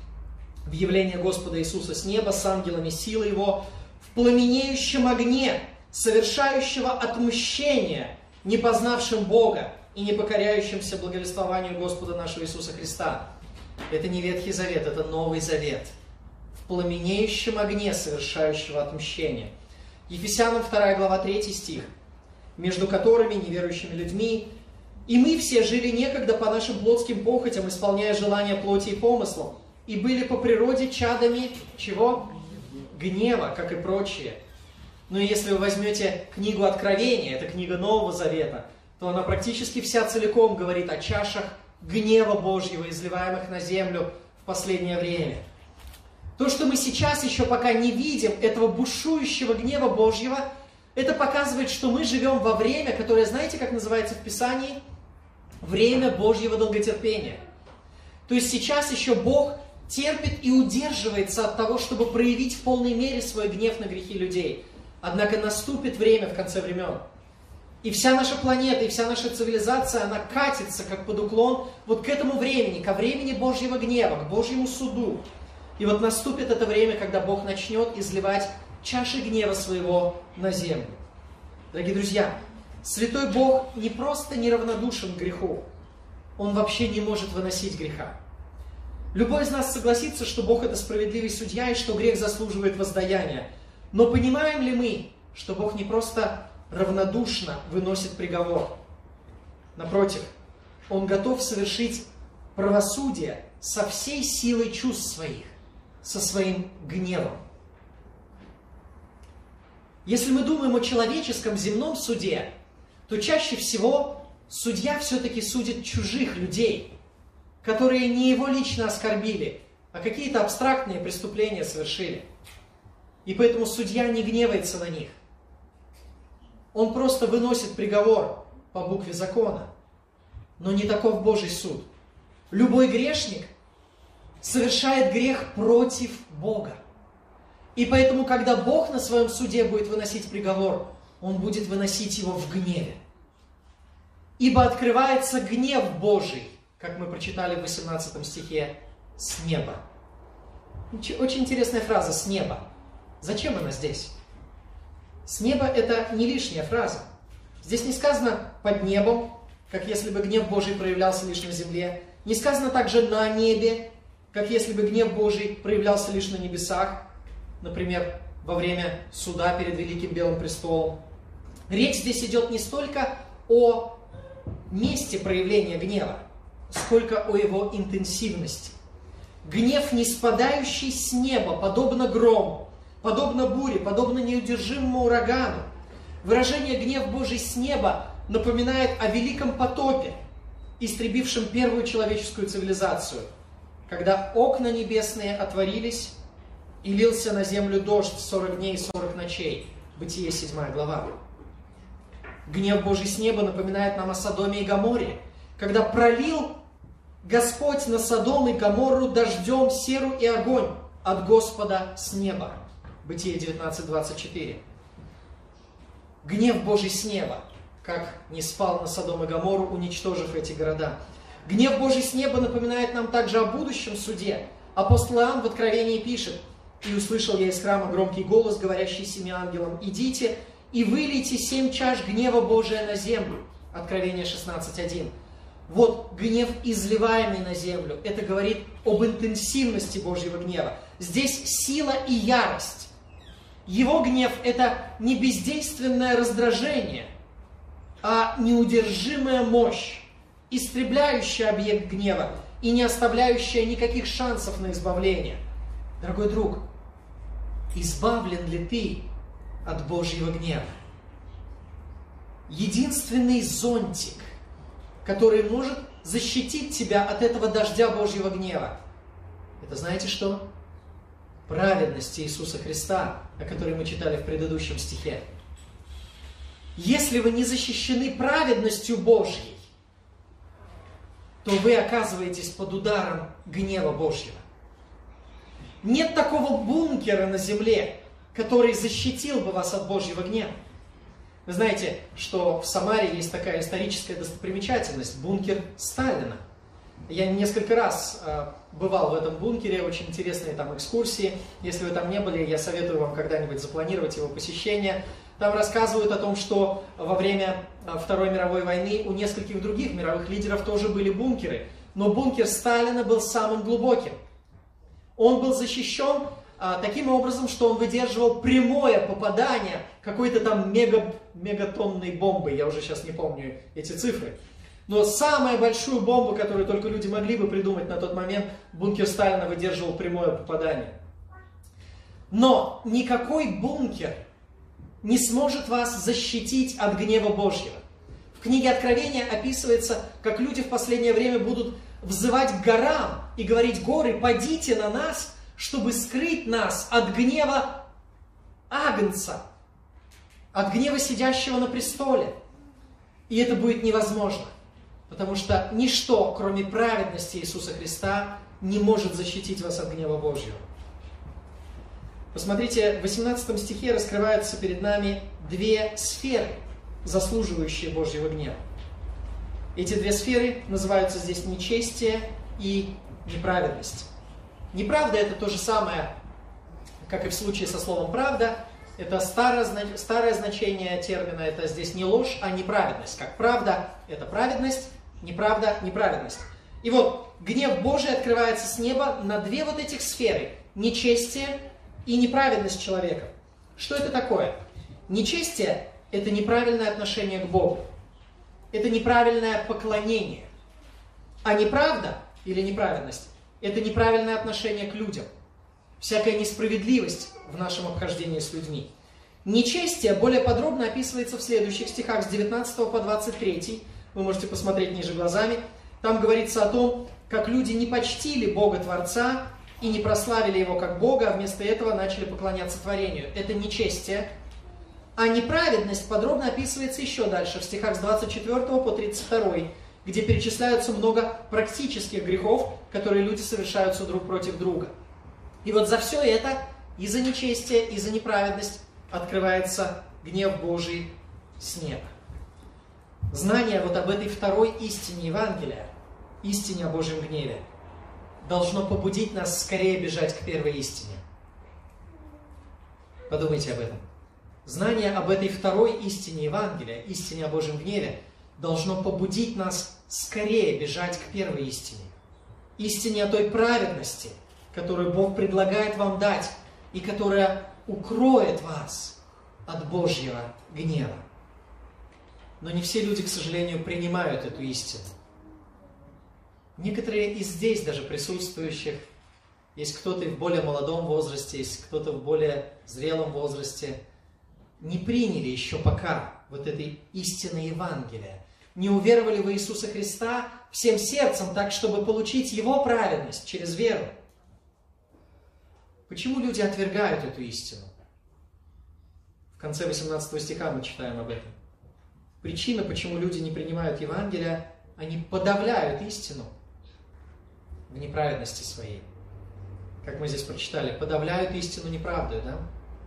В явление Господа Иисуса с неба, с ангелами силы Его, в пламенеющем огне, совершающего отмщение, не познавшим Бога и не покоряющимся благовествованию Господа нашего Иисуса Христа. Это не Ветхий Завет, это Новый Завет. В пламенеющем огне, совершающего отмщение. Ефесянам вторая глава, третий стих. «Между которыми, неверующими людьми, и мы все жили некогда по нашим плотским похотям, исполняя желания плоти и помыслов, и были по природе чадами чего? Гнева, как и прочие». Но если вы возьмете книгу Откровения, это книга Нового Завета, то она практически вся целиком говорит о чашах гнева Божьего, изливаемых на землю в последнее время. То, что мы сейчас еще пока не видим, этого бушующего гнева Божьего, это показывает, что мы живем во время, которое, знаете, как называется в Писании? Время Божьего долготерпения. То есть сейчас еще Бог терпит и удерживается от того, чтобы проявить в полной мере свой гнев на грехи людей. Однако наступит время в конце времен. И вся наша планета, и вся наша цивилизация, она катится как под уклон вот к этому времени, ко времени Божьего гнева, к Божьему суду. И вот наступит это время, когда Бог начнет изливать чаши гнева своего на землю. Дорогие друзья, святой Бог не просто неравнодушен к греху, Он вообще не может выносить греха. Любой из нас согласится, что Бог это справедливый судья и что грех заслуживает воздаяния. Но понимаем ли мы, что Бог не просто равнодушно выносит приговор? Напротив, Он готов совершить правосудие со всей силой чувств своих, со своим гневом. Если мы думаем о человеческом земном суде, то чаще всего судья все-таки судит чужих людей, которые не его лично оскорбили, а какие-то абстрактные преступления совершили. И поэтому судья не гневается на них. Он просто выносит приговор по букве закона. Но не таков Божий суд. Любой грешник совершает грех против Бога. И поэтому, когда Бог на своем суде будет выносить приговор, Он будет выносить его в гневе. Ибо открывается гнев Божий, как мы прочитали в восемнадцатом стихе, с неба. Очень интересная фраза «с неба». Зачем она здесь? С неба это не лишняя фраза. Здесь не сказано «под небом», как если бы гнев Божий проявлялся лишь на земле. Не сказано также «на небе», как если бы гнев Божий проявлялся лишь на небесах. Например, во время суда перед Великим Белым Престолом. Речь здесь идет не столько о месте проявления гнева, сколько о его интенсивности. Гнев, не спадающий с неба, подобно грому, подобно буре, подобно неудержимому урагану. Выражение «гнев Божий с неба» напоминает о великом потопе, истребившем первую человеческую цивилизацию, когда окна небесные отворились, и лился на землю дождь сорок дней и сорок ночей. Бытие, седьмая глава. Гнев Божий с неба напоминает нам о Содоме и Гоморре, когда пролил Господь на Содом и Гоморру дождем серу и огонь от Господа с неба. Бытие девятнадцать, двадцать четыре. Гнев Божий с неба, как не спал на Содом и Гоморру, уничтожив эти города. Гнев Божий с неба напоминает нам также о будущем суде. Апостол Иоанн в Откровении пишет: «И услышал я из храма громкий голос, говорящий семи ангелам: идите и вылейте семь чаш гнева Божия на землю. Откровение шестнадцать один. Вот гнев, изливаемый на землю, это говорит об интенсивности Божьего гнева. Здесь сила и ярость. Его гнев – это не бездейственное раздражение, а неудержимая мощь, истребляющая объект гнева и не оставляющая никаких шансов на избавление. Дорогой друг, избавлен ли ты от Божьего гнева? Единственный зонтик, который может защитить тебя от этого дождя Божьего гнева, это знаете что? Праведность Иисуса Христа, о которой мы читали в предыдущем стихе. Если вы не защищены праведностью Божьей, то вы оказываетесь под ударом гнева Божьего. Нет такого бункера на земле, который защитил бы вас от Божьего гнева. Вы знаете, что в Самаре есть такая историческая достопримечательность – бункер Сталина. Я несколько раз э, бывал в этом бункере, очень интересные там экскурсии. Если вы там не были, я советую вам когда-нибудь запланировать его посещение. Там рассказывают о том, что во время Второй мировой войны у нескольких других мировых лидеров тоже были бункеры. Но бункер Сталина был самым глубоким. Он был защищен а, таким образом, что он выдерживал прямое попадание какой-то там мега, мегатонной бомбы. Я уже сейчас не помню эти цифры. Но самую большую бомбу, которую только люди могли бы придумать на тот момент, бункер Сталина выдерживал прямое попадание. Но никакой бункер не сможет вас защитить от гнева Божьего. В книге Откровения описывается, как люди в последнее время будут взывать к горам и говорить: горы, падите на нас, чтобы скрыть нас от гнева Агнца, от гнева сидящего на престоле. И это будет невозможно, потому что ничто, кроме праведности Иисуса Христа, не может защитить вас от гнева Божьего. Посмотрите, в восемнадцатом стихе раскрываются перед нами две сферы, заслуживающие Божьего гнева. Эти две сферы называются здесь нечестие и неправедность. Неправда – это то же самое, как и в случае со словом «правда». Это старое, старое значение термина, это здесь не ложь, а неправедность. Как правда – это праведность, неправда – неправедность. И вот гнев Божий открывается с неба на две вот этих сферы – нечестие и неправедность человека. Что это такое? Нечестие – это неправильное отношение к Богу. Это неправильное поклонение. А неправда или неправедность – это неправильное отношение к людям. Всякая несправедливость в нашем обхождении с людьми. Нечестие более подробно описывается в следующих стихах с девятнадцатого по двадцать третий. Вы можете посмотреть ниже глазами. Там говорится о том, как люди не почтили Бога Творца и не прославили Его как Бога, а вместо этого начали поклоняться творению. Это нечестие. А неправедность подробно описывается еще дальше, в стихах с двадцать четвёртого по тридцать второй, где перечисляются много практических грехов, которые люди совершаются друг против друга. И вот за все это, и за нечестие, и за неправедность, открывается гнев Божий с неба. Знание вот об этой второй истине Евангелия, истине о Божьем гневе, должно побудить нас скорее бежать к первой истине. Подумайте об этом. Знание об этой второй истине Евангелия, истине о Божьем гневе, должно побудить нас скорее бежать к первой истине. Истине о той праведности, которую Бог предлагает вам дать, и которая укроет вас от Божьего гнева. Но не все люди, к сожалению, принимают эту истину. Некоторые из здесь даже присутствующих, есть кто-то в более молодом возрасте, есть кто-то в более зрелом возрасте, не приняли еще пока вот этой истины Евангелия, не уверовали в Иисуса Христа всем сердцем так, чтобы получить Его праведность через веру. Почему люди отвергают эту истину? В конце восемнадцатого стиха мы читаем об этом. Причина, почему люди не принимают Евангелия, они подавляют истину в неправедности своей. Как мы здесь прочитали, подавляют истину неправдой, да?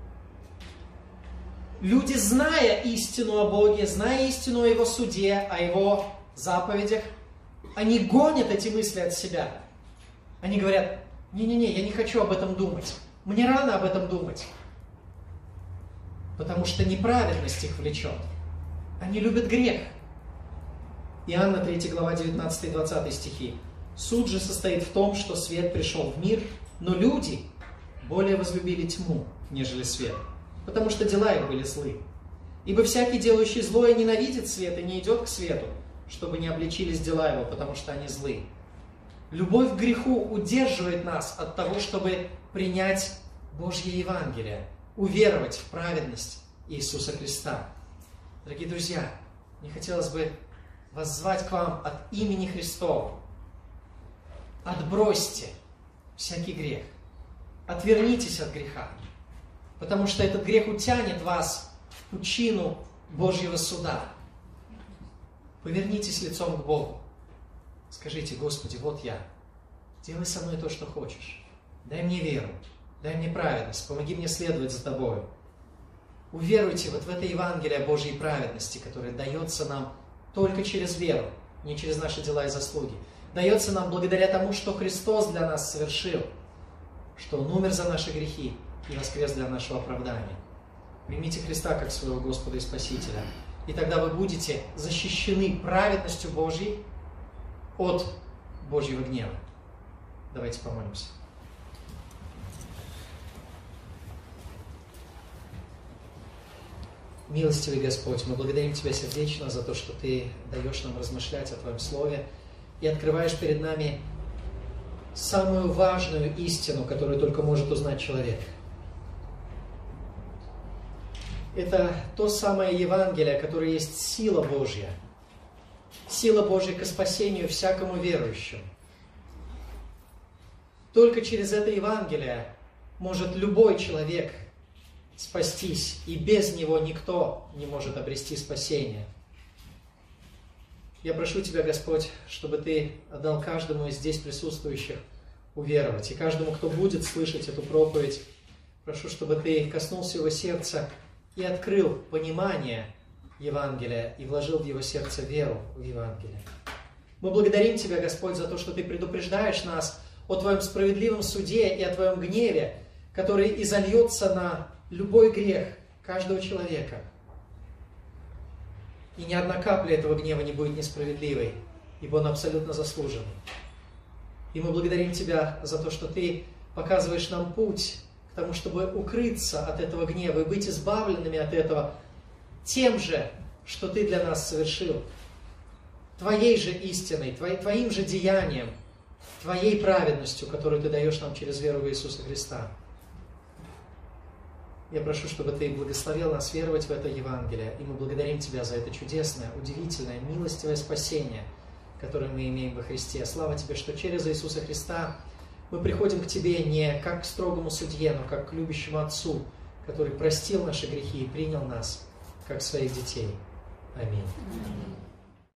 Люди, зная истину о Боге, зная истину о Его суде, о Его заповедях, они гонят эти мысли от себя. Они говорят: не-не-не, я не хочу об этом думать. Мне рано об этом думать. потому что неправедность их влечет. Они любят грех. Иоанна третья глава, девятнадцатый-двадцатый стихи. «Суд же состоит в том, что свет пришел в мир, но люди более возлюбили тьму, нежели свет, потому что дела их были злы. Ибо всякий, делающий злое, ненавидит свет и не идет к свету, чтобы не обличились дела его, потому что они злы». Любовь к греху удерживает нас от того, чтобы принять Божье Евангелие, уверовать в праведность Иисуса Христа. Дорогие друзья, мне хотелось бы воззвать к вам от имени Христова. Отбросьте всякий грех. Отвернитесь от греха, потому что этот грех утянет вас в пучину Божьего суда. Повернитесь лицом к Богу. Скажите: Господи, вот я. Делай со мной то, что хочешь. Дай мне веру, дай мне праведность, помоги мне следовать за Тобою. Уверуйте вот в это Евангелие Божьей праведности, которое дается нам только через веру, не через наши дела и заслуги. Дается нам благодаря тому, что Христос для нас совершил, что Он умер за наши грехи и воскрес для нашего оправдания. Примите Христа как своего Господа и Спасителя, и тогда вы будете защищены праведностью Божьей от Божьего гнева. Давайте помолимся. Милостивый Господь, мы благодарим Тебя сердечно за то, что Ты даешь нам размышлять о Твоем Слове и открываешь перед нами самую важную истину, которую только может узнать человек. Это то самое Евангелие, которое есть сила Божья, сила Божья ко спасению всякому верующему. Только через это Евангелие может любой человек спастись, и без него никто не может обрести спасение. Я прошу Тебя, Господь, чтобы Ты отдал каждому из здесь присутствующих уверовать, и каждому, кто будет слышать эту проповедь, прошу, чтобы Ты коснулся его сердца и открыл понимание Евангелия и вложил в его сердце веру в Евангелие. Мы благодарим Тебя, Господь, за то, что Ты предупреждаешь нас о Твоем справедливом суде и о Твоем гневе, который изольется на любой грех каждого человека. И ни одна капля этого гнева не будет несправедливой, ибо он абсолютно заслуженный. И мы благодарим Тебя за то, что Ты показываешь нам путь к тому, чтобы укрыться от этого гнева и быть избавленными от этого тем же, что Ты для нас совершил. Твоей же истиной, Твоим же деянием, Твоей праведностью, которую Ты даешь нам через веру в Иисуса Христа. Я прошу, чтобы Ты благословил нас веровать в это Евангелие, и мы благодарим Тебя за это чудесное, удивительное, милостивое спасение, которое мы имеем во Христе. Слава Тебе, что через Иисуса Христа мы приходим к Тебе не как к строгому судье, но как к любящему Отцу, который простил наши грехи и принял нас как своих детей. Аминь.